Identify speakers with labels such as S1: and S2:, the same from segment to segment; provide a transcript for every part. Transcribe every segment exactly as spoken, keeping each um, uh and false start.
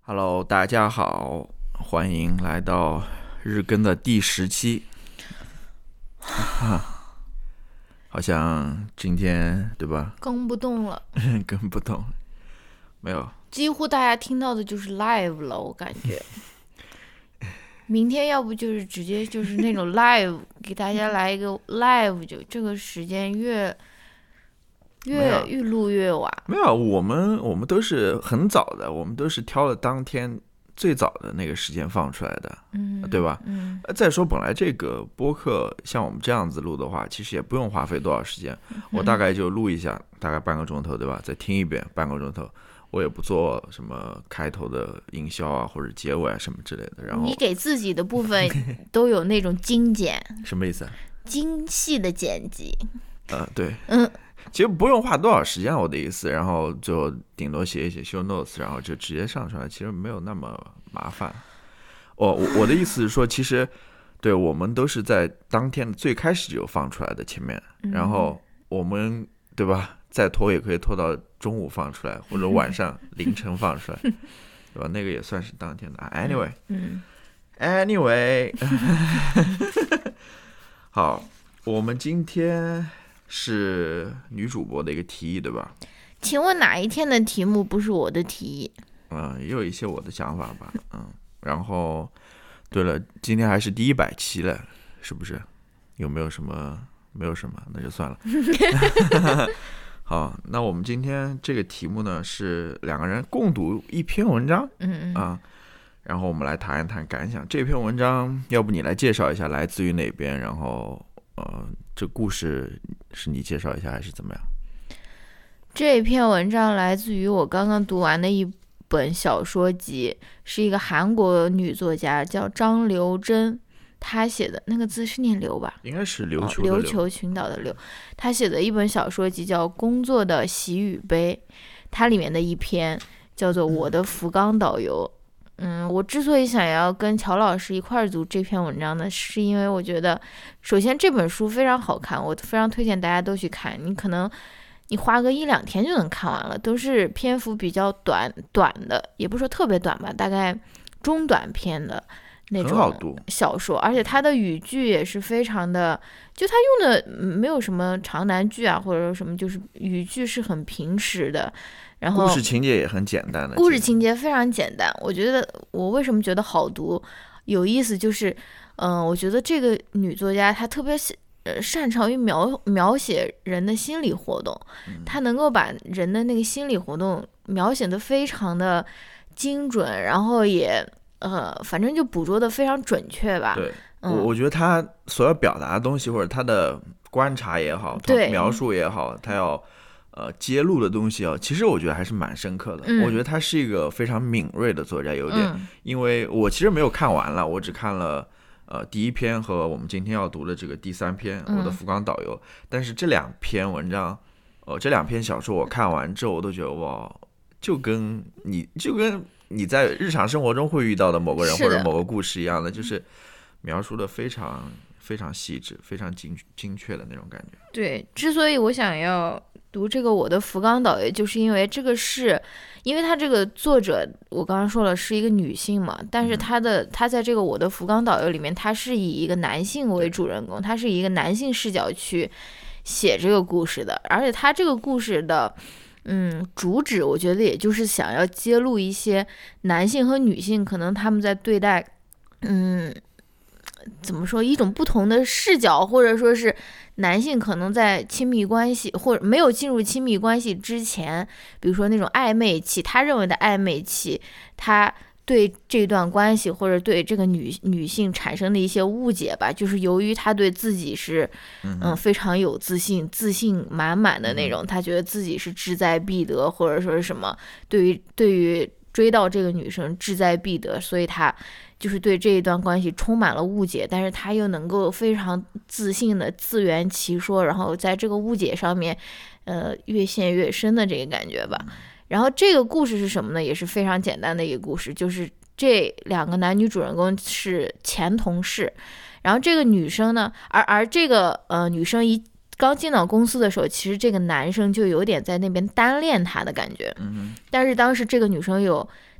S1: Hello， 大家好，欢迎来到日更的第十期。好像今天对吧？
S2: 更不动了，
S1: 更不动，没有。
S2: 几乎大家听到的就是 live 了，我感觉。明天要不就是直接就是那种 live， 给大家来一个 live， 就这个时间越越越录越晚。
S1: 没有，我们我们都是很早的，我们都是挑了当天最早的那个时间放出来的，
S2: 嗯，
S1: 对吧？
S2: 嗯。
S1: 再说，本来这个播客像我们这样子录的话，其实也不用花费多少时间，
S2: 嗯、
S1: 我大概就录一下，大概半个钟头，对吧？再听一遍，半个钟头。我也不做什么开头的营销啊，或者结尾啊什么之类的。然后
S2: 你给自己的部分都有那种精简，
S1: 什么意思？
S2: 精细的剪辑。
S1: 呃，对，
S2: 嗯，
S1: 其实不用花多少时间，我的意思。然后就顶多写一写 show notes，然后就直接上传来，其实没有那么麻烦。我、哦、我的意思是说，其实对我们都是在当天的最开始就放出来的前面，然后我们对吧？再拖也可以拖到中午放出来，或者晚上凌晨放出来，对吧？那个也算是当天的。Anyway，
S2: 嗯
S1: ，Anyway， 好，我们今天是女主播的一个提议，对吧？
S2: 请问哪一天的题目不是我的提议？
S1: 嗯，也有一些我的想法吧，嗯。然后，对了，今天还是第一百期了，是不是？有没有什么？没有什么，那就算了。好，那我们今天这个题目呢是两个人共读一篇文章，
S2: 嗯嗯
S1: 啊，然后我们来谈一谈感想。这篇文章，要不你来介绍一下来自于哪边？然后，呃，这故事是你介绍一下还是怎么样？
S2: 这篇文章来自于我刚刚读完的一本小说集，是一个韩国女作家叫张刘珍。他写的那个字是念刘吧？
S1: 应该是琉球的
S2: 琉球群岛的琉。他写的一本小说集叫《工作的喜与悲》，它里面的一篇叫做《我的福冈导游》。嗯，我之所以想要跟乔老师一块儿读这篇文章呢，是因为我觉得，首先这本书非常好看，我非常推荐大家都去看。你可能你花个一两天就能看完了，都是篇幅比较短短的，也不是说特别短吧，大概中短篇的。那种小说，而且它的语句也是非常的，就它用的没有什么长难句啊，或者说什么，就是语句是很平实的，然后
S1: 故事情节也很简单的，
S2: 故事情节非常简单。我觉得我为什么觉得好读、有意思，就是，嗯、呃，我觉得这个女作家她特别呃擅长于描描写人的心理活动，
S1: 嗯、
S2: 她能够把人的那个心理活动描写的非常的精准，然后也。呃，反正就捕捉的非常准确吧。
S1: 对，
S2: 嗯、
S1: 我我觉得他所要表达的东西，或者他的观察也好，
S2: 对
S1: 描述也好，他要呃揭露的东西啊，其实我觉得还是蛮深刻的。
S2: 嗯、
S1: 我觉得他是一个非常敏锐的作家，有点，
S2: 嗯、
S1: 因为我其实没有看完了，我只看了呃第一篇和我们今天要读的这个第三篇《
S2: 嗯、
S1: 我的福冈导游》，但是这两篇文章，呃，这两篇小说我看完之后，我都觉得哇，就跟你就跟。你在日常生活中会遇到的某个人或者某个故事一样的，就是描述的非常非常细致、非常精精确的那种感觉。
S2: 对，之所以我想要读这个《我的福冈导游》，就是因为这个是，因为他这个作者我刚刚说了是一个女性嘛，但是他的他在这个《我的福冈导游》里面，他是以一个男性为主人公，他是以一个男性视角去写这个故事的，而且他这个故事的。嗯，主旨我觉得也就是想要揭露一些男性和女性可能他们在对待，嗯，怎么说一种不同的视角，或者说是男性可能在亲密关系或者没有进入亲密关系之前，比如说那种暧昧期，他认为的暧昧期，他。对这段关系或者对这个女女性产生的一些误解吧，就是由于他对自己是嗯、呃、非常有自信、自信满满的那种，他觉得自己是志在必得，或者说是什么，对于对于追到这个女生志在必得，所以他就是对这一段关系充满了误解，但是他又能够非常自信的自圆其说，然后在这个误解上面，呃，越陷越深的这个感觉吧。然后这个故事是什么呢？也是非常简单的一个故事，就是这两个男女主人公是前同事，然后这个女生呢，而而这个呃女生一刚进到公司的时候，其实这个男生就有点在那边单恋她的感觉，
S1: 嗯，
S2: 但是当时这个女生有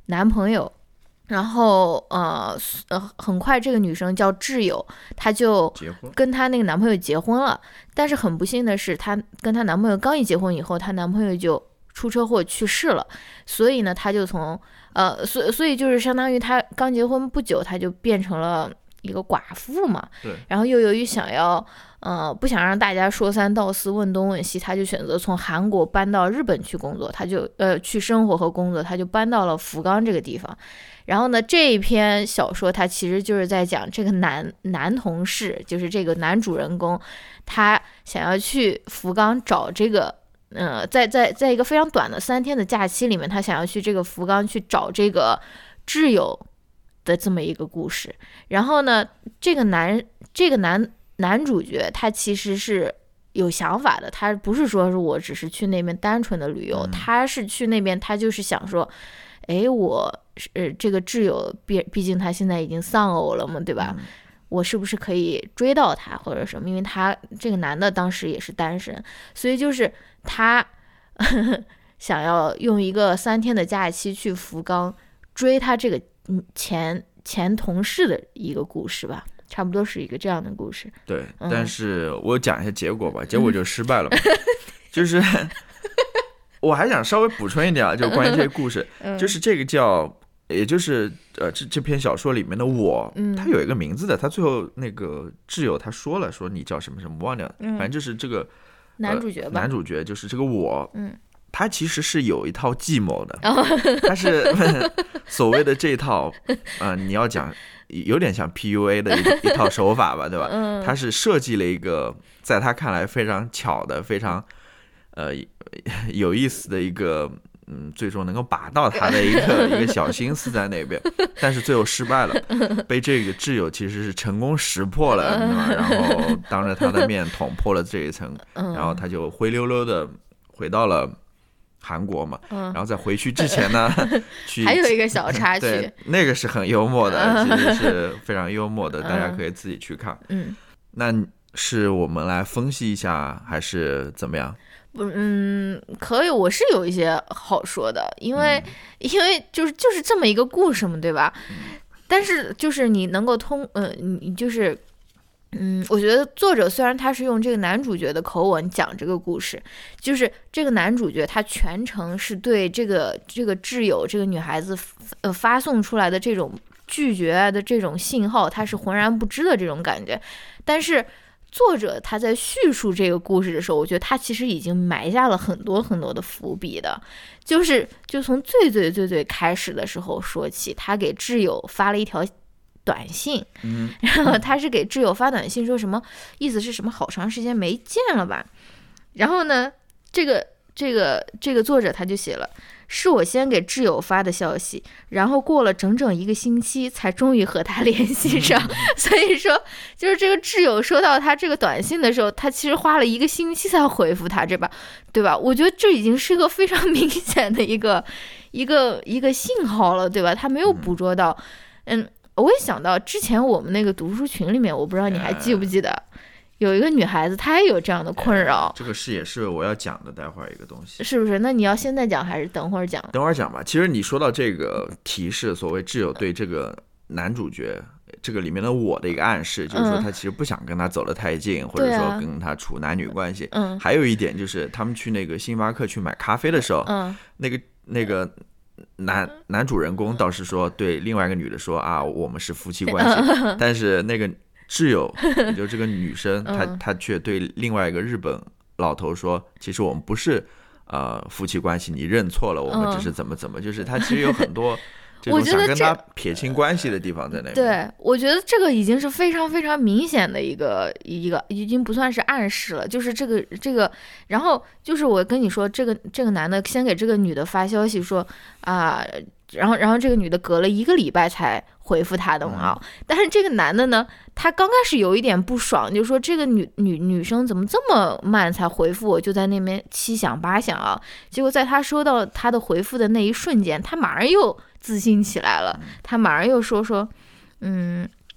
S2: 男朋友。然后呃呃，很快这个女生叫挚友，她就跟她那个男朋友结婚了。但是很不幸的是，她跟她男朋友刚一结婚以后，她男朋友就出车祸去世了。所以呢，她就从呃，所所以就是相当于她刚结婚不久，她就变成了一个寡妇嘛。
S1: 对。
S2: 然后又由于想要呃不想让大家说三道四问东问西，她就选择从韩国搬到日本去工作，她就呃去生活和工作，她就搬到了福冈这个地方。然后呢，这一篇小说它其实就是在讲这个男男同事，就是这个男主人公，他想要去福冈找这个，呃，在在在一个非常短的三天的假期里面，他想要去这个福冈去找这个挚友的这么一个故事。然后呢，这个男这个男男主角他其实是有想法的，他不是说是我只是去那边单纯的旅游，
S1: 嗯、
S2: 他是去那边，他就是想说，哎，我。呃，这个挚友毕毕竟他现在已经丧偶了嘛，对吧？
S1: 嗯、
S2: 我是不是可以追到他或者什么？因为他这个男的当时也是单身，所以就是他呵呵想要用一个三天的假期去福冈追他这个前前同事的一个故事吧，差不多是一个这样的故事。
S1: 对，
S2: 嗯、
S1: 但是我讲一下结果吧，结果就失败了嘛，嗯、就是。我还想稍微补充一点啊，就关于这个故事，
S2: 嗯、
S1: 就是这个叫，也就是呃这这篇小说里面的我，
S2: 嗯、
S1: 他有一个名字的，他最后那个挚友他说了，说你叫什么什么忘掉了，
S2: 嗯、
S1: 反正就是这个、呃、
S2: 男主角吧，
S1: 男主角就是这个我，
S2: 嗯，
S1: 他其实是有一套计谋的，他是所谓的这一套，呃，你要讲有点像 P U A 的 一, 一套手法吧，对吧？
S2: 嗯，
S1: 他是设计了一个在他看来非常巧的、非常呃有意思的一个，嗯，最终能够把到他的一个一个小心思在那边，但是最后失败了，被这个挚友其实是成功识破了，然后当着他的面捅破了这一层，然后他就灰溜溜的回到了韩国嘛，然后在回去之前呢，去
S2: 还有一个小插曲，
S1: 对，那个是很幽默的，其实是非常幽默的，大家可以自己去看。
S2: 嗯，
S1: 那是我们来分析一下，还是怎么样？
S2: 嗯，可以，我是有一些好说的，因为、嗯、因为就是就是这么一个故事嘛，对吧？
S1: 嗯、
S2: 但是就是你能够通，呃，你就是，嗯，我觉得作者虽然他是用这个男主角的口吻讲这个故事，就是这个男主角他全程是对这个这个挚友这个女孩子呃发送出来的这种拒绝的这种信号，他是浑然不知的这种感觉，但是。作者他在叙述这个故事的时候，我觉得他其实已经埋下了很多很多的伏笔的，就是就从最最最最开始的时候说起，他给挚友发了一条短信，
S1: 嗯，
S2: 然后他是给挚友发短信说什么意思是什么好长时间没见了吧，然后呢，这个这个这个作者他就写了。是我先给挚友发的消息，然后过了整整一个星期才终于和他联系上。所以说，就是这个挚友收到他这个短信的时候，他其实花了一个星期才回复他，这吧，对吧？我觉得这已经是一个非常明显的一个一个一个信号了，对吧？他没有捕捉到。嗯，我也想到之前我们那个读书群里面，我不知道你还记不记得。有一个女孩子，她也有这样的困扰。
S1: 这个是也是我要讲的，待会儿一个东西，
S2: 是不是？那你要现在讲还是等会儿讲？
S1: 等会儿讲吧。其实你说到这个提示，所谓挚友对这个男主角这个里面的我的一个暗示，就是说他其实不想跟他走得太近，
S2: 嗯、
S1: 或者说跟他处男女关系。
S2: 嗯。
S1: 还有一点就是他们去那个星巴克去买咖啡的时候，
S2: 嗯，
S1: 那个那个男男主人公倒是说对另外一个女的说啊，我们是夫妻关系，
S2: 嗯、
S1: 但是那个。挚友，也就这个女生，她她却对另外一个日本老头说：“其实我们不是呃夫妻关系，你认错了，我们只是怎么怎么。”就是她其实有很多这种想跟他撇清关系的地方在那边。
S2: 对，我觉得这个已经是非常非常明显的一个一个，已经不算是暗示了，就是这个这个，然后就是我跟你说，这个这个男的先给这个女的发消息说啊。然后，然后这个女的隔了一个礼拜才回复他的嘛、嗯、但是这个男的呢，他刚开始有一点不爽，就说这个女女女生怎么这么慢才回复我，就在那边七想八想啊。结果在他收到他的回复的那一瞬间，他马上又自信起来了，他马上又说说，嗯，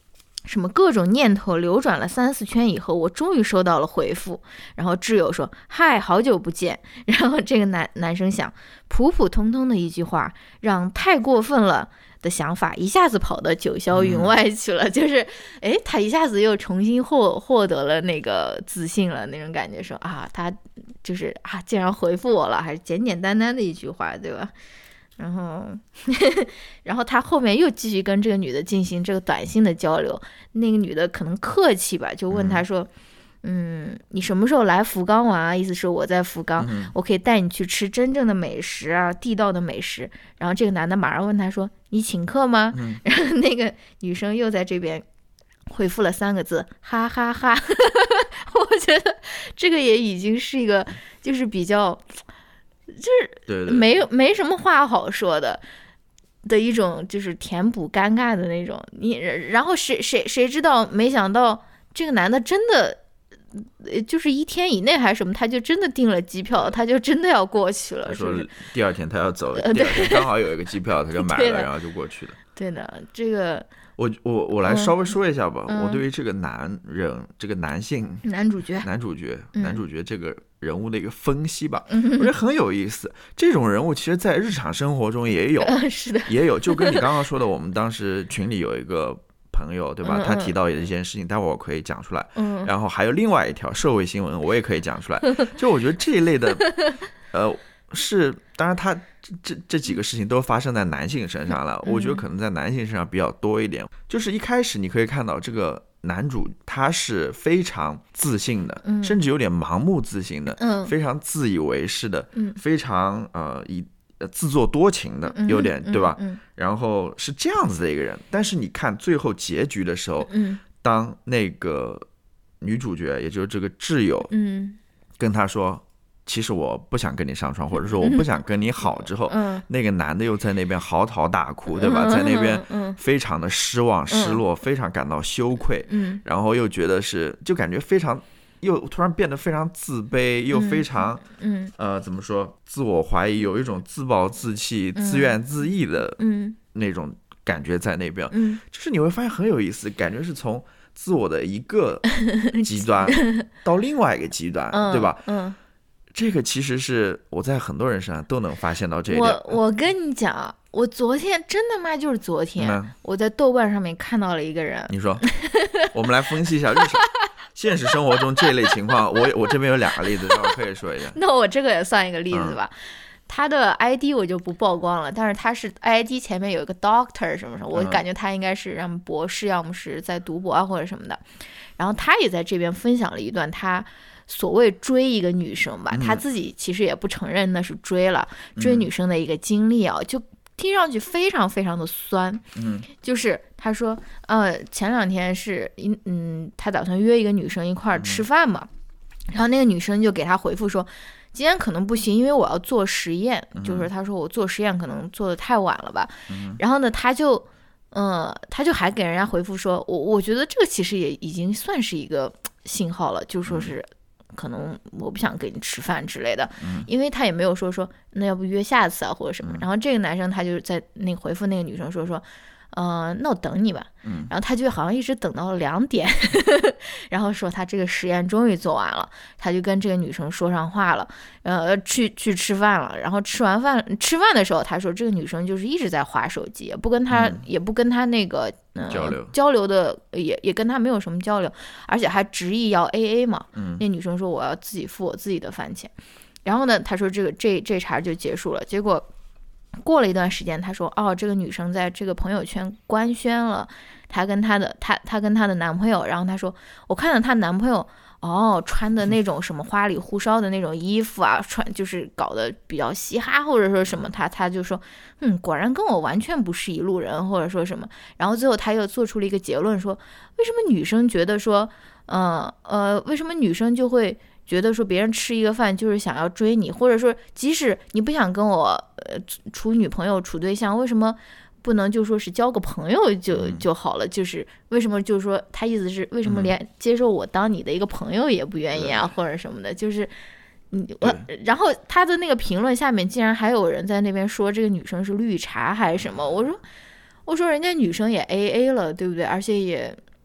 S2: 什么各种念头流转了三四圈以后，我终于收到了回复。然后挚友说：“嗨，好久不见。”然后这个男男生想，普普通通的一句话，让太过分了的想法一下子跑到九霄云外去了。嗯、就是，哎，他一下子又重新获获得了那个自信了，那种感觉说啊，他就是啊，竟然回复我了，还是简简单单的一句话，对吧？然后呵呵，然后他后面又继续跟这个女的进行这个短信的交流。那个女的可能客气吧，就问他说：“嗯，你什么时候来福冈玩啊？意思是我在福冈，嗯、我可以带你去吃真正的美食啊，地道的美食。”然后这个男的马上问他说：“你请客吗？”嗯、然后那个女生又在这边回复了三个字：“哈哈哈哈。”我觉得这个也已经是一个，就是比较。就是没有没什么话好说的的一种，就是填补尴尬的那种。你然后谁谁谁知道，没想到这个男的真的就是一天以内还是什么，他就真的订了机票，他就真的要过去了。
S1: 他说第二天他要走，第二天刚好有一个机票，他就买了，然后就过去了。
S2: 对的，这个
S1: 我我我来稍微说一下吧。嗯、我对于这个男人，这个男性
S2: 男主角，
S1: 男主角，嗯、男主角这个人物的一个分析吧，嗯、我觉得很有意思。这种人物其实，在日常生活中也有，
S2: 嗯、是的，
S1: 也有。就跟你刚刚说的，我们当时群里有一个朋友，对吧？嗯、他提到一件事情，待会儿我可以讲出来。嗯、然后还有另外一条社会新闻，我也可以讲出来。就我觉得这一类的，呃。是，当然他这这几个事情都发生在男性身上了，我觉得可能在男性身上比较多一点。就是一开始你可以看到这个男主他是非常自信的，嗯、甚至有点盲目自信的，嗯、非常自以为是的，嗯、非常呃以自作多情的，有点、嗯、对吧？嗯嗯、然后是这样子的一个人，但是你看最后结局的时候，嗯、当那个女主角也就是这个挚友，嗯、跟他说。其实我不想跟你上床，或者说我不想跟你好之后，嗯、那个男的又在那边嚎啕大哭，对吧？嗯、在那边非常的失望、嗯、失落，非常感到羞愧，嗯、然后又觉得是，就感觉非常，又突然变得非常自卑，又非常，嗯、呃，怎么说，自我怀疑，有一种自暴自弃、嗯、自怨自艾的那种感觉在那边。嗯、就是你会发现很有意思，感觉是从自我的一个极端到另外一个极端，嗯、对吧？嗯。这个其实是我在很多人身上都能发现到这一点。
S2: 我我跟你讲，我昨天真的妈就是昨天，嗯、我在豆瓣上面看到了一个人。
S1: 你说，我们来分析一下日常现实生活中这类情况。我我这边有两个例子，我可以说一下。
S2: 那我这个也算一个例子吧。嗯、他的 I D 我就不曝光了，但是他是 I D 前面有一个 doctor 什么什么，我感觉他应该是要么博士，要么是在读博啊或者什么的。然后他也在这边分享了一段他。所谓追一个女生吧，他自己其实也不承认那是追了，嗯、追女生的一个经历啊，就听上去非常非常的酸。嗯，就是他说，呃，前两天是，嗯，他打算约一个女生一块儿吃饭嘛，嗯、然后那个女生就给他回复说，今天可能不行，因为我要做实验，嗯、就是他说我做实验可能做的太晚了吧，嗯、然后呢，他就，呃，他就还给人家回复说，我我觉得这个其实也已经算是一个信号了，就说是。嗯可能我不想跟你吃饭之类的，嗯、因为他也没有说说那要不约下次啊或者什么。嗯、然后这个男生他就在那回复那个女生说说，呃，那我等你吧。嗯、然后他就好像一直等到了两点，然后说他这个实验终于做完了，他就跟这个女生说上话了，呃，去去吃饭了。然后吃完饭吃饭的时候，他说这个女生就是一直在滑手机，也不跟他、嗯、也不跟他那个。呃、
S1: 交流
S2: 交流的也也跟他没有什么交流，而且还执意要 A A 嘛。嗯，那女生说我要自己付我自己的饭钱，然后呢，他说这个这这茬就结束了。结果过了一段时间，他说哦，这个女生在这个朋友圈官宣了，她跟她的她她跟她的男朋友，然后她说我看到她男朋友。哦，穿的那种什么花里胡哨的那种衣服啊，穿就是搞得比较嘻哈或者说什么，他他就说，嗯，果然跟我完全不是一路人，或者说什么。然后最后他又做出了一个结论说，为什么女生觉得说，呃呃，为什么女生就会觉得说别人吃一个饭就是想要追你，或者说即使你不想跟我呃处女朋友处对象，为什么？不能就说是交个朋友就就好了，就是为什么就是说他意思是为什么连接受我当你的一个朋友也不愿意啊，或者什么的，就是你我，然后他的那个评论下面竟然还有人在那边说这个女生是绿茶还是什么，我说我说人家女生也 A A 了，对不对？而且也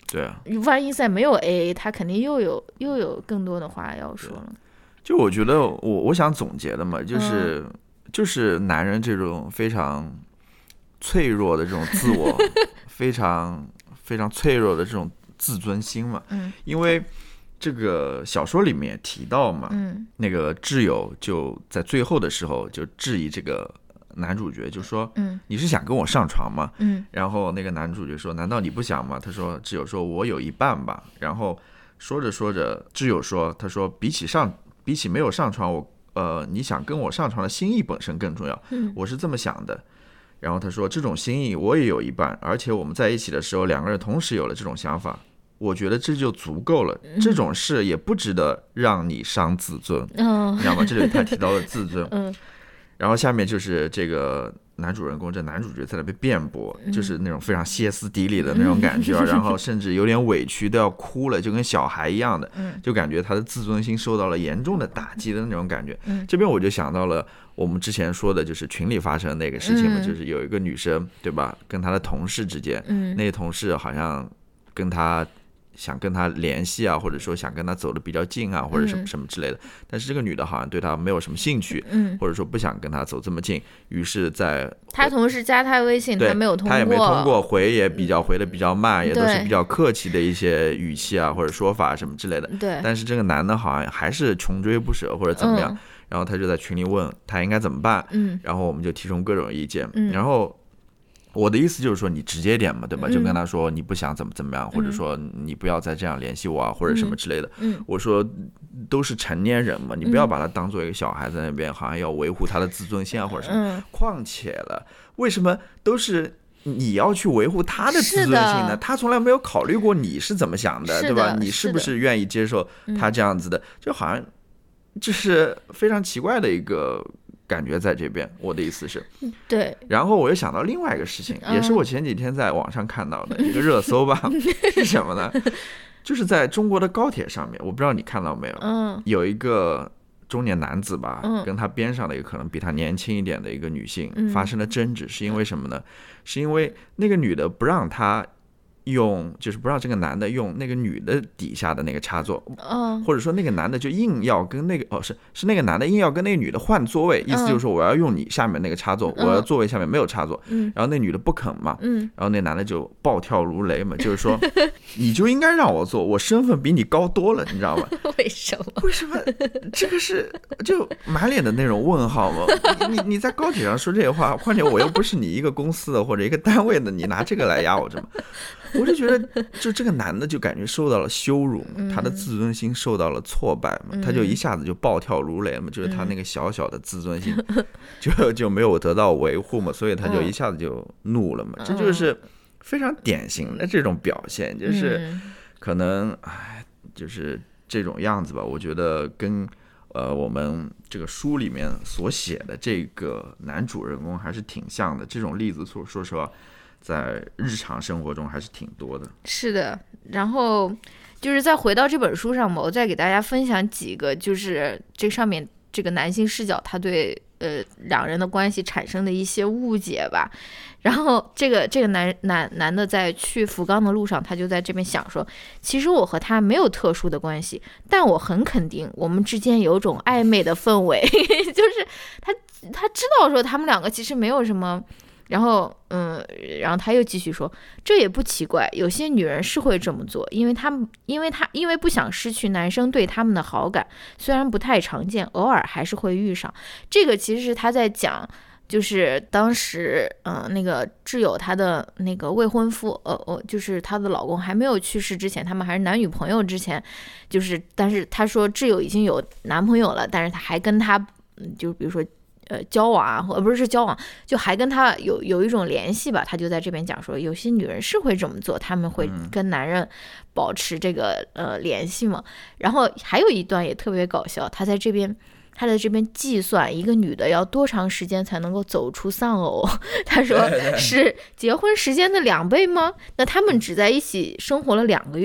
S1: 对啊，
S2: 万一再没有 A A， 他肯定又有又有更多的话要说了。
S1: 就我觉得我我想总结的嘛，就是、嗯、就是男人这种非常脆弱的这种自我，非常非常脆弱的这种自尊心嘛。
S2: 嗯，
S1: 因为这个小说里面提到嘛，
S2: 嗯，
S1: 那个挚友就在最后的时候就质疑这个男主角，就说，
S2: 嗯，
S1: 你是想跟我上床吗？
S2: 嗯，
S1: 然后那个男主角说，难道你不想吗？他说，挚友说，我有一半吧。然后说着说着，挚友说，他说，比起上。比起没有上床，我呃，你想跟我上床的心意本身更重要，我是这么想的。然后他说，这种心意我也有一半，而且我们在一起的时候，两个人同时有了这种想法，我觉得这就足够了。这种事也不值得让你伤自尊，
S2: 嗯、
S1: 你知道吗？这里他提到了自尊。
S2: 嗯，
S1: 然后下面就是这个男主人公，这男主角在那边辩驳，就是那种非常歇斯底里的那种感觉，嗯、然后甚至有点委屈，都要哭了，就跟小孩一样的，就感觉他的自尊心受到了严重的打击的那种感觉。
S2: 嗯、
S1: 这边我就想到了我们之前说的，就是群里发生的那个事情嘛，嗯、就是有一个女生，对吧，跟她的同事之间，
S2: 嗯、
S1: 那个同事好像跟她。想跟他联系啊，或者说想跟他走得比较近啊，或者什么什么之类的，嗯、但是这个女的好像对他没有什么兴趣，
S2: 嗯、
S1: 或者说不想跟他走这么近，于是在
S2: 他同事加他微信，他没有通过，
S1: 他也没通过，回也比较回的比较慢，也都是比较客气的一些语气啊或者说法什么之类的。
S2: 对，
S1: 但是这个男的好像还是穷追不舍或者怎么样，嗯、然后他就在群里问他应该怎么办，
S2: 嗯、
S1: 然后我们就提供各种意见，
S2: 嗯、
S1: 然后。我的意思就是说，你直接点嘛，对吧？就跟他说你不想怎么怎么样，嗯、或者说你不要再这样联系我啊，或者什么之类的。
S2: 嗯、
S1: 我说都是成年人嘛，你不要把他当做一个小孩在那边，好像要维护他的自尊心啊，或者什么。
S2: 嗯、
S1: 况且了，为什么都是你要去维护他的自尊心呢？他从来没有考虑过你是怎么想的，
S2: 的
S1: 对吧？你是不是愿意接受他这样子的？嗯、就好像就是非常奇怪的一个。感觉在这边，我的意思是，
S2: 对。
S1: 然后我又想到另外一个事情，嗯、也是我前几天在网上看到的一个热搜吧，是什么呢？就是在中国的高铁上面，我不知道你看到没有，
S2: 嗯、
S1: 有一个中年男子吧，
S2: 嗯、
S1: 跟他边上的一个可能比他年轻一点的一个女性发生了争执，嗯、是因为什么呢？是因为那个女的不让他。用就是不让这个男的用那个女的底下的那个插座，
S2: 嗯、
S1: 或者说那个男的就硬要跟那个哦是是那个男的硬要跟那个女的换座位，意思就是说我要用你下面那个插座，
S2: 嗯、
S1: 我要座位下面没有插座，
S2: 嗯、
S1: 然后那女的不肯嘛，
S2: 嗯、
S1: 然后那男的就暴跳如雷嘛，就是说你就应该让我坐，我身份比你高多了，你知道吗？
S2: 为什么？
S1: 为什么？这个是就满脸的那种问号嘛？你你你在高铁上说这些话，况且我又不是你一个公司的或者一个单位的，你拿这个来压我这么？我就觉得，就这个男的就感觉受到了羞辱嘛，
S2: 嗯、
S1: 他的自尊心受到了挫败嘛，
S2: 嗯、
S1: 他就一下子就暴跳如雷嘛，就是他那个小小的自尊心就就没有得到维护嘛，所以他就一下子就怒了嘛，
S2: 嗯、
S1: 这就是非常典型的这种表现，就是可能哎，就是这种样子吧。我觉得跟呃我们这个书里面所写的这个男主人公还是挺像的，这种例子说说实话。在日常生活中还是挺多的。
S2: 是的，然后就是再回到这本书上嘛，我再给大家分享几个，就是这上面这个男性视角他对呃两人的关系产生的一些误解吧。然后这个这个男男男的在去福冈的路上，他就在这边想说，其实我和他没有特殊的关系，但我很肯定我们之间有种暧昧的氛围，就是他他知道说他们两个其实没有什么。然后，嗯，然后他又继续说，这也不奇怪，有些女人是会这么做，因为他们，因为他，因为不想失去男生对他们的好感，虽然不太常见，偶尔还是会遇上。这个其实是他在讲，就是当时，嗯、呃，那个挚友她的那个未婚夫，呃，呃，就是她的老公还没有去世之前，他们还是男女朋友之前，就是，但是他说挚友已经有男朋友了，但是他还跟他，嗯，就比如说。呃，交往啊，或不是交往，就还跟他有有一种联系吧。他就在这边讲说，有些女人是会这么做，他们会跟男人保持这个呃联系嘛。然后还有一段也特别搞笑，他在这边他在这边计算一个女的要多长时间才能够走出丧偶。他说是结婚时间的两倍吗？那他们只在一起生活了两个月。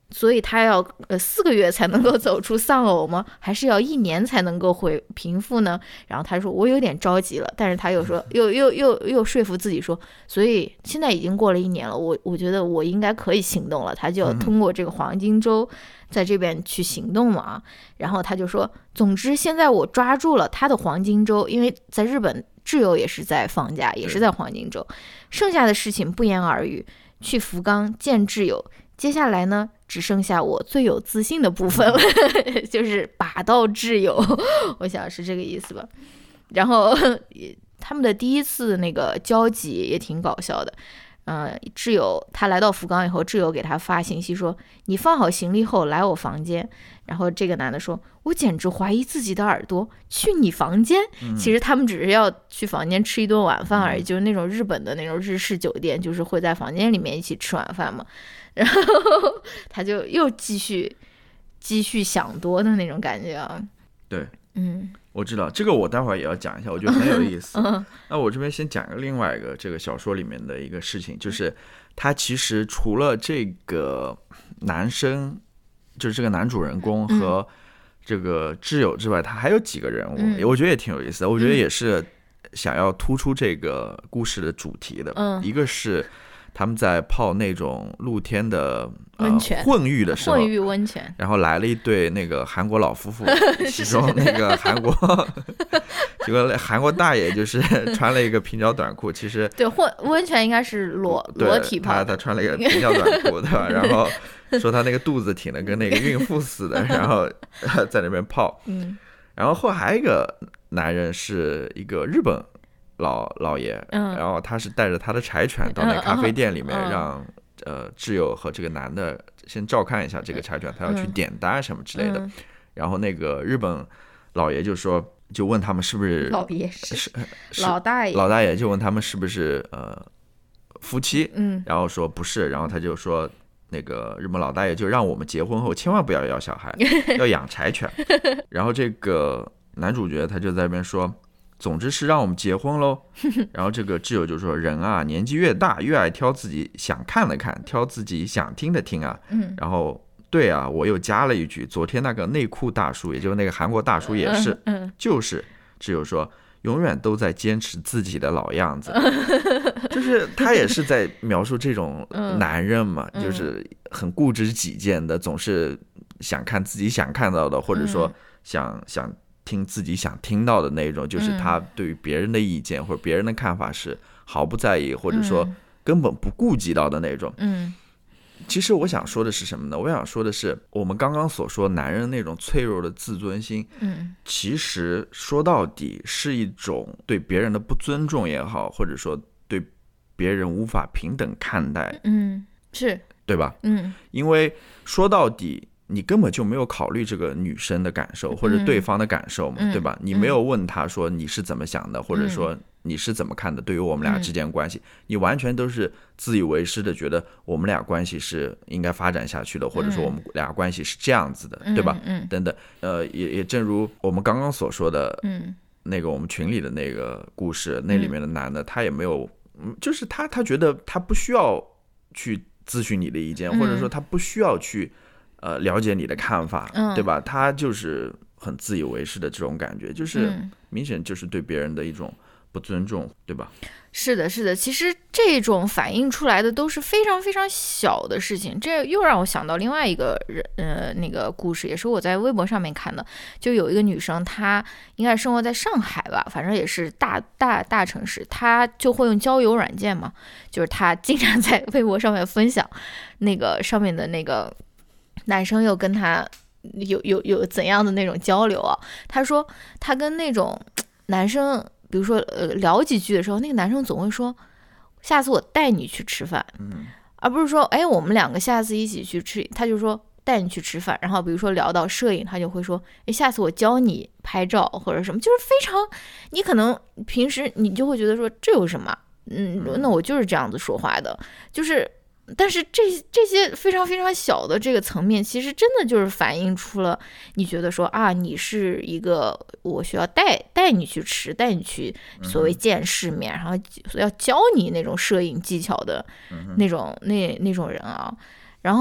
S2: 所以他要呃四个月才能够走出丧偶吗？还是要一年才能够回平复呢？然后他说我有点着急了，但是他又说又又又又说服自己说，所以现在已经过了一年了，我我觉得我应该可以行动了，他就要通过这个黄金周在这边去行动嘛。然后他就说，总之现在我抓住了他的黄金周，因为在日本挚友也是在放假，也是在黄金周，剩下的事情不言而喻，去福冈见挚友。接下来呢，只剩下我最有自信的部分了，就是把到挚友，我想是这个意思吧。然后他们的第一次那个交集也挺搞笑的，呃，挚友他来到福冈以后，挚友给他发信息说：“你放好行李后来我房间。”然后这个男的说：“我简直怀疑自己的耳朵，去你房间？”
S1: 嗯、
S2: 其实他们只是要去房间吃一顿晚饭而已，嗯、就是那种日本的那种日式酒店，就是会在房间里面一起吃晚饭嘛。然后他就又继续继续想多的那种感觉啊。
S1: 对，
S2: 嗯，
S1: 我知道这个，我待会儿也要讲一下，我觉得很有意思。
S2: 嗯、
S1: 那我这边先讲个另外一个这个小说里面的一个事情，就是他其实除了这个男生，就是这个男主人公和这个挚友之外，他还有几个人物，嗯、我觉得也挺有意思的。我觉得也是想要突出这个故事的主题的。嗯、一个是他们在泡那种露天的、呃、
S2: 温泉
S1: 混浴的时候，
S2: 混浴温泉，
S1: 然后来了一对那个韩国老夫妇，其中那个韩国，结果韩国大爷就是穿了一个平角短裤，其实
S2: 对混温泉应该是裸裸体泡，
S1: 他他穿了一个平角短裤，对吧？然后说他那个肚子挺的跟那个孕妇似的，然后在那边泡，嗯，然后后还有一个男人是一个日本老老爷，嗯，然后他是带着他的柴犬到那咖啡店里面让，嗯、呃挚友和这个男的先照看一下这个柴犬，他要去点单什么之类的。嗯、然后那个日本老爷就说，就问他们是不是
S2: 老爷是老大爷，
S1: 老大爷就问他们是不是呃夫妻，
S2: 嗯，
S1: 然后说不是，然后他就说那个日本老大爷就让我们结婚后千万不要要小孩，要养柴犬。然后这个男主角他就在那边说，总之是让我们结婚喽。然后这个挚友就说，人啊年纪越大越爱挑自己想看的看，挑自己想听的听啊。
S2: 嗯、
S1: 然后对啊，我又加了一句，昨天那个内裤大叔，也就是那个韩国大叔也是，
S2: 嗯嗯、
S1: 就是挚友说永远都在坚持自己的老样子。就是他也是在描述这种男人嘛，嗯、就是很固执己见的，总是想看自己想看到的，或者说想、嗯、想听自己想听到的那种，就是他对于别人的意见或者别人的看法是毫不在意，或者说根本不顾及到的那种。
S2: 嗯，
S1: 其实我想说的是什么呢？我想说的是，我们刚刚所说男人那种脆弱的自尊心，
S2: 嗯，
S1: 其实说到底是一种对别人的不尊重也好，或者说对别人无法平等看待，
S2: 嗯，是
S1: 对吧？
S2: 嗯，
S1: 因为说到底你根本就没有考虑这个女生的感受或者对方的感受嘛，
S2: 嗯、
S1: 对吧？你没有问他说你是怎么想的，嗯、或者说你是怎么看的对于我们俩之间关系，嗯、你完全都是自以为是的觉得我们俩关系是应该发展下去的，或者说我们俩关系是这样子的，
S2: 嗯、
S1: 对吧？
S2: 嗯、
S1: 等等，呃，也也正如我们刚刚所说的，
S2: 嗯，
S1: 那个我们群里的那个故事，那里面的男的他也没有，嗯，就是他他觉得他不需要去咨询你的意见，
S2: 嗯、
S1: 或者说他不需要去呃了解你的看法，
S2: 嗯、
S1: 对吧？他就是很自以为是的这种感觉，就是明显就是对别人的一种不尊重，对吧？
S2: 是的，是的，其实这种反映出来的都是非常非常小的事情。这又让我想到另外一个人，呃，那个故事，也是我在微博上面看的。就有一个女生，她应该生活在上海吧，反正也是大大大城市，她就会用交友软件嘛，就是她经常在微博上面分享那个上面的那个男生又跟她有有有怎样的那种交流啊？她说她跟那种男生。比如说，呃，聊几句的时候，那个男生总会说：“下次我带你去吃饭。”
S1: 嗯，
S2: 而不是说：“哎，我们两个下次一起去吃。”他就说带你去吃饭。然后比如说聊到摄影，他就会说：“哎，下次我教你拍照或者什么。”就是非常，你可能平时你就会觉得说这有什么？嗯，那我就是这样子说话的，就是。但是这这些非常非常小的这个层面，其实真的就是反映出了你觉得说啊，你是一个我需要带带你去吃，带你去所谓见世面，然后要教你那种摄影技巧的那种那那种人啊。然后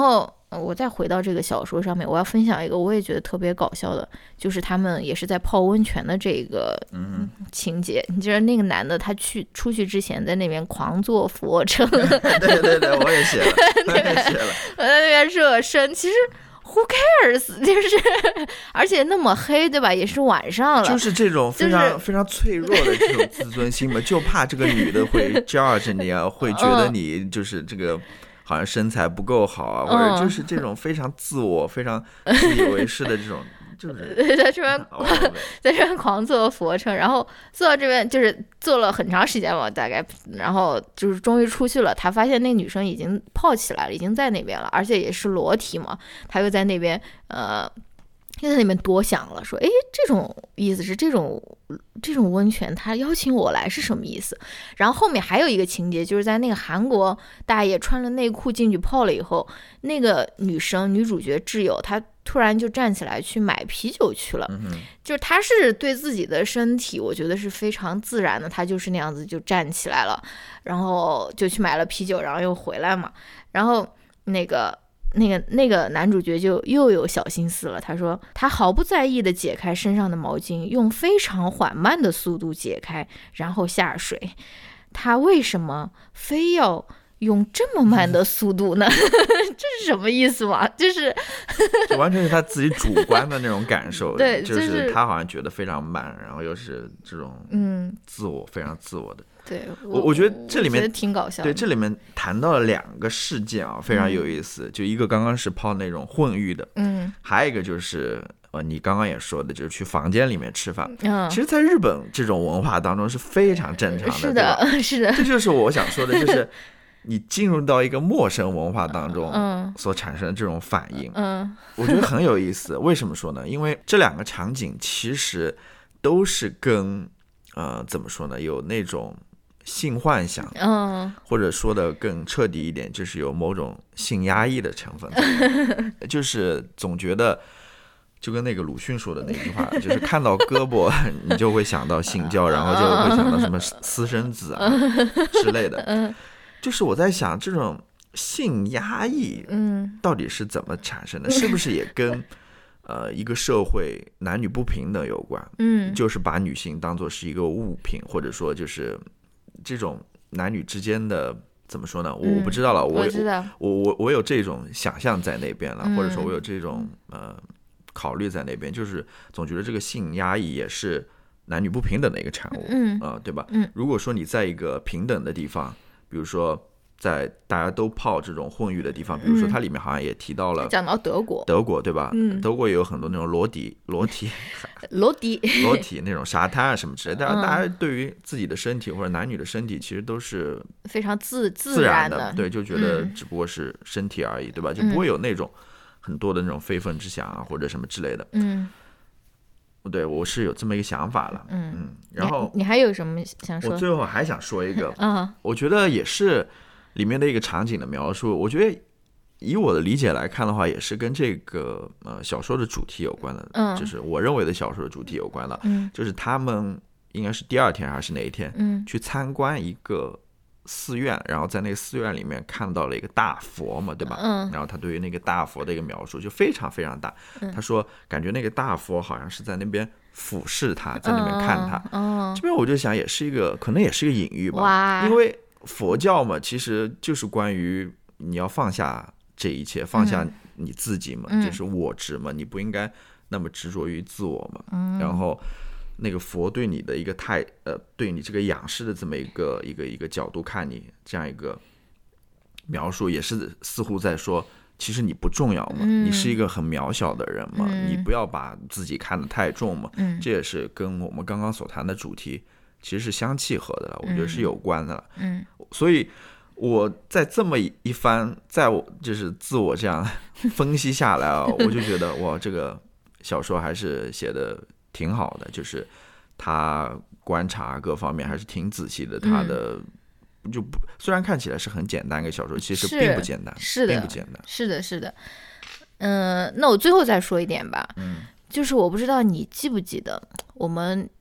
S2: 我再回到这个小说上面，我要分享一个我也觉得特别搞笑的，就是他们也是在泡温泉的这个情节。你知道那个男的他去出去之前在那边狂做俯卧撑，
S1: 对对对，我也写了，我也写了，
S2: 我在那边热身，其实。Who cares？ 就是，而且那么黑，对吧？也是晚上了，
S1: 就是这种非常、
S2: 就是、
S1: 非常脆弱的这种自尊心嘛，就怕这个女的会 judge 你啊，会觉得你就是这个好像身材不够好啊，
S2: 嗯、
S1: 或者就是这种非常自我、非常自以为是的这种。就是
S2: 在这边狂在这边狂做俯卧撑，然后做到这边就是做了很长时间嘛，大概，然后就是终于出去了。他发现那女生已经泡起来了，已经在那边了，而且也是裸体嘛。他又在那边呃，又在那边多想了，说，哎，这种意思是这种这种温泉，他邀请我来是什么意思？然后后面还有一个情节，就是在那个韩国大爷穿了内裤进去泡了以后，那个女生女主角挚友她。突然就站起来去买啤酒去了，
S1: 嗯、
S2: 就是他是对自己的身体，我觉得是非常自然的，他就是那样子就站起来了，然后就去买了啤酒，然后又回来嘛。然后那个那个那个男主角就又有小心思了，他说他毫不在意的解开身上的毛巾，用非常缓慢的速度解开，然后下水。他为什么非要用这么慢的速度呢？这是什么意思嘛？就是
S1: 这完全是他自己主观的那种感受。
S2: 对，
S1: 就是他好像觉得非常慢，然后又是这种
S2: 嗯
S1: 自我、嗯、非常自我的。
S2: 对，
S1: 我我觉得这里面
S2: 觉得挺搞笑的。
S1: 对，这里面谈到了两个事件啊，非常有意思。嗯、就一个刚刚是泡那种混浴的，
S2: 嗯，
S1: 还有一个就是呃，你刚刚也说的，就是去房间里面吃饭。
S2: 嗯，
S1: 其实，在日本这种文化当中是非常正常的，
S2: 是的，
S1: 对吧？
S2: 是的，
S1: 这就是我想说的，就是你进入到一个陌生文化当中，
S2: 嗯，
S1: 所产生的这种反应，
S2: 嗯，
S1: 我觉得很有意思。为什么说呢？因为这两个场景其实都是跟呃，怎么说呢，有那种性幻想，
S2: 嗯，
S1: 或者说的更彻底一点，就是有某种性压抑的成分，就是总觉得。就跟那个鲁迅说的那句话，就是看到胳膊你就会想到性交，然后就会想到什么私生子啊之类的。就是我在想，这种性压抑，嗯，到底是怎么产生的？是不是也跟呃一个社会男女不平等有关？嗯，就是把女性当作是一个物品，或者说就是这种男女之间的。怎么说呢？我不知道了，我
S2: 我知道，
S1: 我我我有这种想象在那边了，或者说我有这种呃。考虑在那边，就是总觉得这个性压抑也是男女不平等的一个产物，嗯啊、呃，对吧？嗯，如果说你在一个平等的地方，比如说在大家都泡这种混浴的地方，比如说它里面好像也提到了
S2: 讲到德国，
S1: 德国对吧？
S2: 嗯，
S1: 德国也有很多那种裸体、裸体、
S2: 裸体、
S1: 裸体那种沙滩啊什么之类的。但是大家对于自己的身体或者男女的身体，其实都是
S2: 非常自
S1: 自
S2: 然
S1: 的，对，就觉得只不过是身体而已，对吧？就不会有那种。很多的那种非分之想啊，或者什么之类的，嗯，对，我是有这么一个想法了，嗯嗯，然后
S2: 你, 你还有什么想说？
S1: 我最后还想说一个，
S2: 嗯，
S1: 我觉得也是里面的一个场景的描述，我觉得以我的理解来看的话，也是跟这个呃小说的主题有关的，嗯，就是我认为的小说的主题有关的，嗯，就是他们应该是第二天还是哪一天，嗯，去参观一个。寺院，然后在那个寺院里面看到了一个大佛嘛，对吧？嗯。然后他对于那个大佛的一个描述就非常非常大。嗯、他说，感觉那个大佛好像是在那边俯视他，在那边看他。嗯。这边我就想，也是一个，可能也是一个隐喻吧。
S2: 哇。
S1: 因为佛教嘛，其实就是关于你要放下这一切，放下你自己嘛，嗯、就是我执嘛，你不应该那么执着于自我嘛。嗯。然后。那个佛对你的一个态，呃，对你这个仰视的这么一个一个一个角度看你，这样一个描述，也是似乎在说，其实你不重要嘛，嗯、你是一个很渺小的人嘛，嗯、你不要把自己看得太重嘛，嗯、这也是跟我们刚刚所谈的主题其实是相契合的了，我觉得是有关的了。嗯，所以我在这么一番，在我就是自我这样分析下来啊，我就觉得哇，这个小说还是写的。挺好的，就是他观察各方面还是挺仔细的。他的、嗯、就不虽然看起来是很简单一个小说，其实并不简单，
S2: 是的，
S1: 并不简单，
S2: 是的，是的。嗯、呃，那我最后再说一点吧，嗯，就是我不知道你记不记得，我们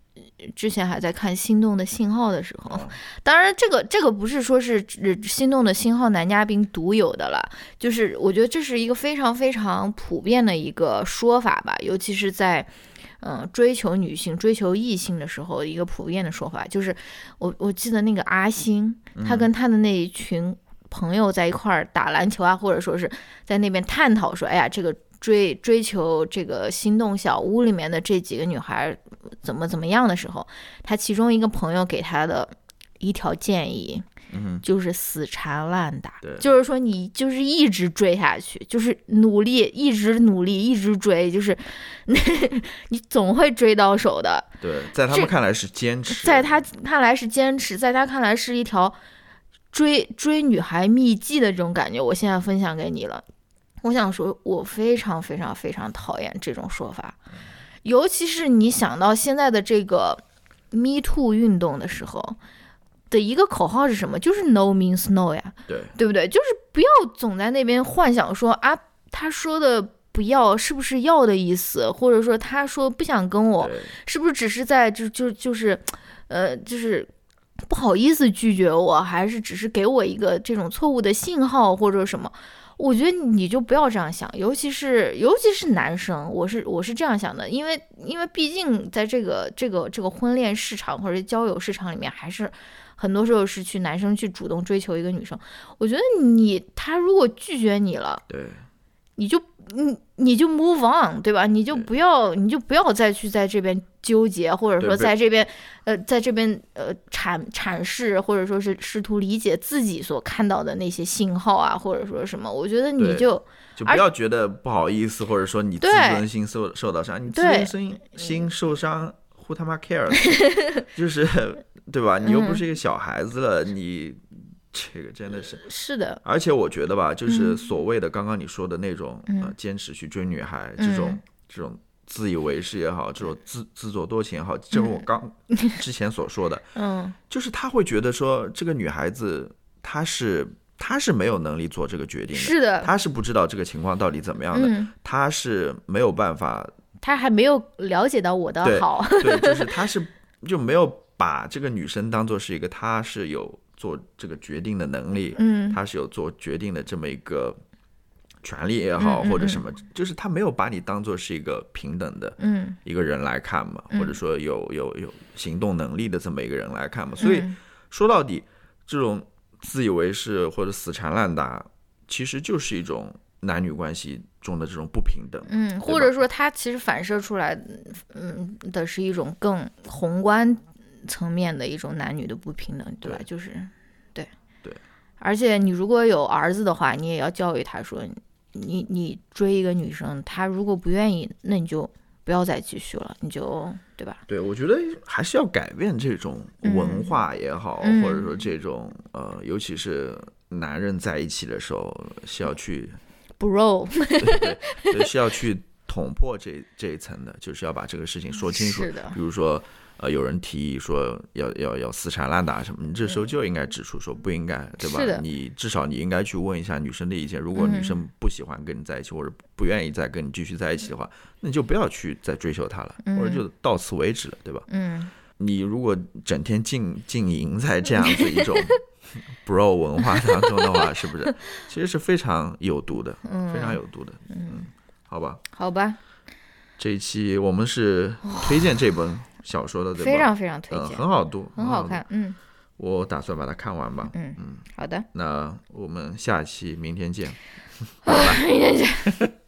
S2: 之前还在看《心动的信号》的时候，
S1: 哦
S2: 当然这个这个不是说是《心动的信号》男嘉宾独有的了，就是我觉得这是一个非常非常普遍的一个说法吧，尤其是在嗯追求女性、追求异性的时候，一个普遍的说法就是我我记得那个阿星，他跟他的那一群朋友在一块儿打篮球啊，或者说是在那边探讨说，哎呀，这个追追求这个心动小屋里面的这几个女孩怎么怎么样的时候，他其中一个朋友给他的一条建议，
S1: 嗯，
S2: 就是死缠烂打，
S1: 对，
S2: 就是说你就是一直追下去，就是努力，一直努力，一直追，就是你总会追到手的。
S1: 对，在他们看来是坚持，
S2: 在他看来是坚持，在他看来是一条追追女孩秘籍的这种感觉。我现在分享给你了。我想说，我非常非常非常讨厌这种说法，尤其是你想到现在的这个 Me Too 运动的时候的一个口号是什么？就是 No means no 呀，
S1: 对，
S2: 对不对？就是不要总在那边幻想说啊，他说的不要是不是要的意思，或者说他说不想跟我，是不是只是在就就就是呃就是不好意思拒绝我，还是只是给我一个这种错误的信号或者什么？我觉得你就不要这样想，尤其是尤其是男生，我是我是这样想的，因为因为毕竟在这个这个这个婚恋市场或者交友市场里面，还是很多时候是去男生去主动追求一个女生。我觉得你他如果拒绝你了，
S1: 对，
S2: 你就你你就 move on， 对吧？你就不要你就不要再去在这边纠结，或者说在这边呃在这边呃阐阐释，或者说是试图理解自己所看到的那些信号啊，或者说什么。我觉得你就
S1: 就不要觉得不好意思，或者说你自尊心受受到伤，你自尊心心受伤，who 他妈 cares？ 就是对吧？你又不是一个小孩子了，嗯、你。这个真的是
S2: 是的，
S1: 而且我觉得吧，就是所谓的刚刚你说的那种、
S2: 嗯、
S1: 呃坚持去追女孩、嗯、这种这种自以为是也好，这种自自作多情也好，正如我刚之前所说的，
S2: 嗯，
S1: 就是他会觉得说这个女孩子她是她是没有能力做这个决定的，
S2: 是的，
S1: 她是不知道这个情况到底怎么样的，
S2: 嗯、
S1: 她是没有办法，
S2: 她还没有了解到我的好，
S1: 对，对就是她是就没有把这个女生当作是一个她是有。做这个决定的能力，
S2: 嗯，
S1: 他是有做决定的这么一个权利也好，
S2: 嗯嗯嗯
S1: 或者什么，就是他没有把你当做是一个平等的一个人来看嘛，
S2: 嗯、
S1: 或者说有有有行动能力的这么一个人来看嘛。所以说到底，这种自以为是或者死缠烂打，其实就是一种男女关系中的这种不平等，
S2: 嗯，或者说它其实反射出来，嗯的是一种更宏观层面的一种男女的不平等，对吧？
S1: 对
S2: 就是对
S1: 对，
S2: 而且你如果有儿子的话，你也要教育他说，你你追一个女生，她如果不愿意，那你就不要再继续了，你就对吧？
S1: 对，我觉得还是要改变这种文化也好，
S2: 嗯、
S1: 或者说这种呃，尤其是男人在一起的时候是要去
S2: bro，
S1: 对对对，是要去捅破这这一层的，就是要把这个事情说清楚。
S2: 是的，
S1: 比如说。呃，有人提议说要要要死缠烂打什么，你这时候就应该指出说不应该，对吧？
S2: 是的，
S1: 你至少你应该去问一下女生的意见。如果女生不喜欢跟你在一起，或者不愿意再跟你继续在一起的话，那你就不要去再追求她了，
S2: 嗯、
S1: 或者就到此为止了，对吧？
S2: 嗯，
S1: 你如果整天浸浸淫在这样子一种 bro 文化当中的话，是不是其实是非常有毒的，
S2: 嗯、
S1: 非常有毒的。
S2: 嗯，
S1: 好吧，
S2: 好吧。
S1: 这一期我们是推荐这本。小说的对吧？
S2: 非常非常推荐、
S1: 呃，很好读，
S2: 很好看。嗯，
S1: 我打算把它看完吧。
S2: 嗯
S1: 嗯，
S2: 好的。
S1: 那我们下期明天见。
S2: 好吧，明天见。